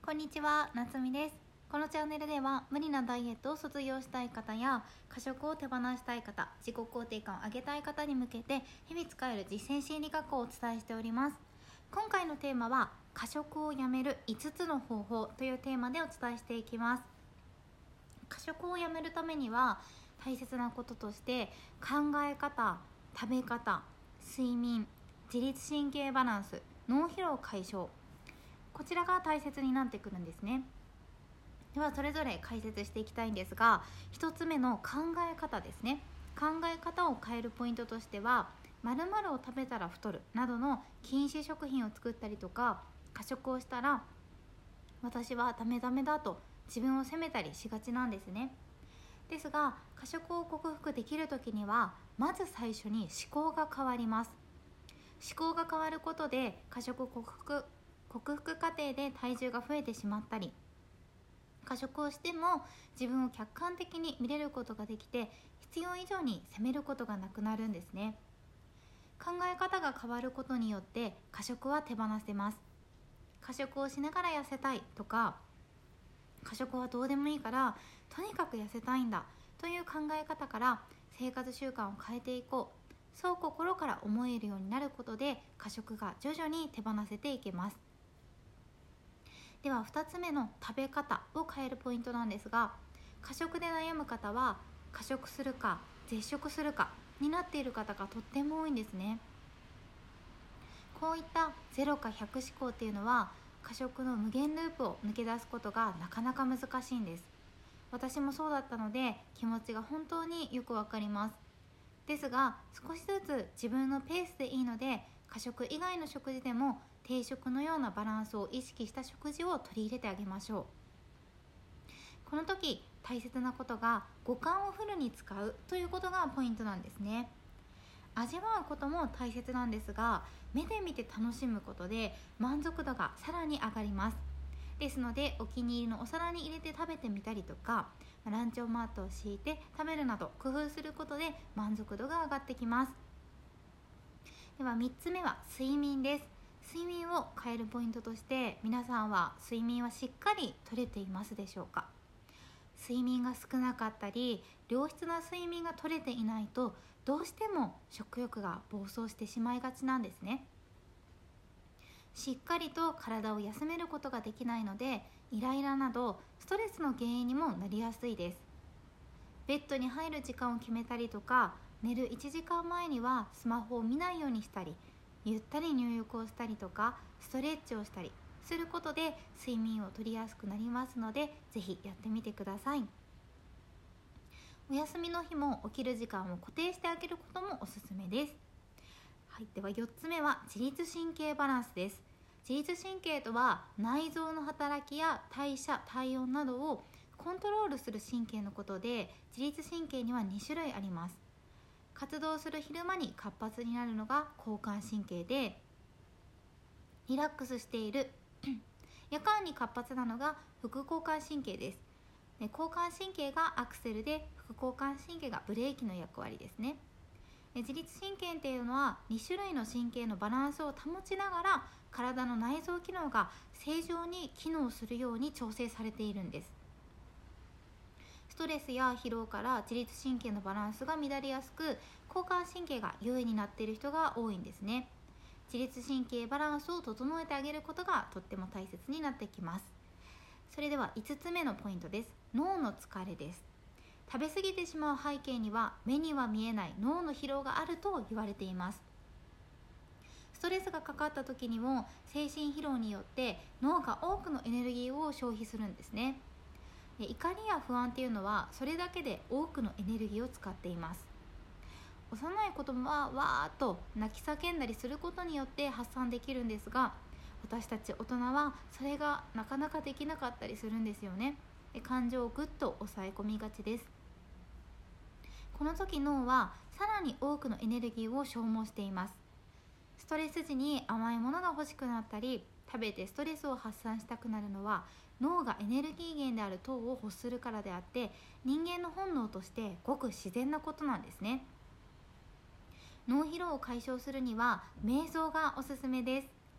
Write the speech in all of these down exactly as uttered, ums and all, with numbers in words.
こんにちは、なつみです。このチャンネルでは無理なダイエットを卒業したい方や過食を手放したい方、自己肯定感を上げたい方に向けて日々使える実践心理学をお伝えしております。今回のテーマは過食をやめるいつつの方法というテーマでお伝えしていきます。過食をやめるためには大切なこととして考え方、食べ方、睡眠、自律神経バランス、脳疲労解消、こちらが大切になってくるんですね。ではそれぞれ解説していきたいんですが、ひとつめの考え方ですね。考え方を変えるポイントとしては、〇〇を食べたら太るなどの禁止食品を作ったりとか、過食をしたら私はダメダメだと自分を責めたりしがちなんですね。ですが過食を克服できる時には、まず最初に思考が変わります。思考が変わることで過食克服克服過程で体重が増えてしまったり、過食をしても自分を客観的に見れることができて、必要以上に責めることがなくなるんですね。考え方が変わることによって過食は手放せます。過食をしながら痩せたいとか、過食はどうでもいいからとにかく痩せたいんだという考え方から生活習慣を変えていこう、そう心から思えるようになることで過食が徐々に手放せていけます。ではふたつめの食べ方を変えるポイントなんですが、過食で悩む方は過食するか絶食するかになっている方がとっても多いんですね。こういったゼロかひゃく思考っていうのは過食の無限ループを抜け出すことがなかなか難しいんです。私もそうだったので気持ちが本当によくわかります。ですが少しずつ自分のペースでいいので、過食以外の食事でも定食のようなバランスを意識した食事を取り入れてあげましょう。この時大切なことが五感をフルに使うということがポイントなんですね。味わうことも大切なんですが、目で見て楽しむことで満足度がさらに上がります。ですのでお気に入りのお皿に入れて食べてみたりとか、ランチョンマットを敷いて食べるなど工夫することで満足度が上がってきます。ではみっつめは睡眠です。睡眠を変えるポイントとして、皆さんは睡眠はしっかりとれていますでしょうか。睡眠が少なかったり良質な睡眠が取れていないと、どうしても食欲が暴走してしまいがちなんですね。しっかりと体を休めることができないので、イライラなどストレスの原因にもなりやすいです。ベッドに入る時間を決めたりとか、寝るいちじかんまえにはスマホを見ないようにしたり、ゆったり入浴をしたりとか、ストレッチをしたりすることで睡眠をとりやすくなりますので、ぜひやってみてください。お休みの日も起きる時間を固定してあげることもおすすめです。はい、ではよっつめは自律神経バランスです。自律神経とは内臓の働きや代謝、体温などをコントロールする神経のことで、自律神経にはにしゅるいあります。活動する昼間に活発になるのが交感神経で、リラックスしている夜間に活発なのが副交感神経です。で、交感神経がアクセルで、副交感神経がブレーキの役割ですね。で、自律神経っていうのはにしゅるいの神経のバランスを保ちながら、体の内臓機能が正常に機能するように調整されているんです。ストレスや疲労から自律神経のバランスが乱れやすく、交感神経が優位になっている人が多いんですね。自律神経バランスを整えてあげることがとっても大切になってきます。それではいつつめのポイントです。脳の疲れです。食べ過ぎてしまう背景には、目には見えない脳の疲労があると言われています。ストレスがかかった時にも精神疲労によって脳が多くのエネルギーを消費するんですね。怒りや不安っていうのはそれだけで多くのエネルギーを使っています。幼い子供はわーっと泣き叫んだりすることによって発散できるんですが、私たち大人はそれがなかなかできなかったりするんですよね。感情をぐっと抑え込みがちです。この時脳はさらに多くのエネルギーを消耗しています。ストレス時に甘いものが欲しくなったり、食べてストレスを発散したくなるのは、脳がエネルギー源である糖を欲するからであって、人間の本能としてごく自然なことなんですね。脳疲労を解消するには瞑想がおすすめです。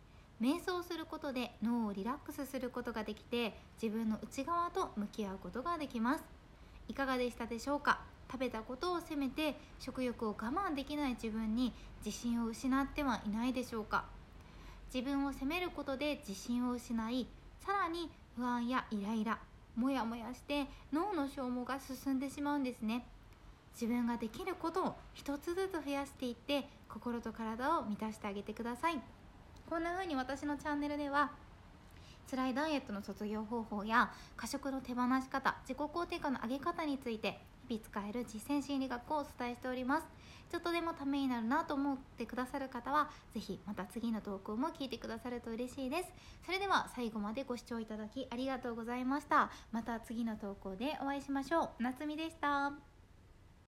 瞑想することで脳をリラックスすることができて、自分の内側と向き合うことができます。いかがでしたでしょうか。食べたことを責めて食欲を我慢できない自分に自信を失ってはいないでしょうか。自分を責めることで自信を失い、さらに不安やイライラ、モヤモヤして脳の消耗が進んでしまうんですね。自分ができることを一つずつ増やしていって、心と体を満たしてあげてください。こんな風に私のチャンネルでは辛いダイエットの卒業方法や過食の手放し方、自己肯定感の上げ方について日々使える実践心理学をお伝えしております。ちょっとでもためになるなと思ってくださる方は、ぜひまた次の投稿も聞いてくださると嬉しいです。それでは最後までご視聴いただきありがとうございました。また次の投稿でお会いしましょう。なつみでした。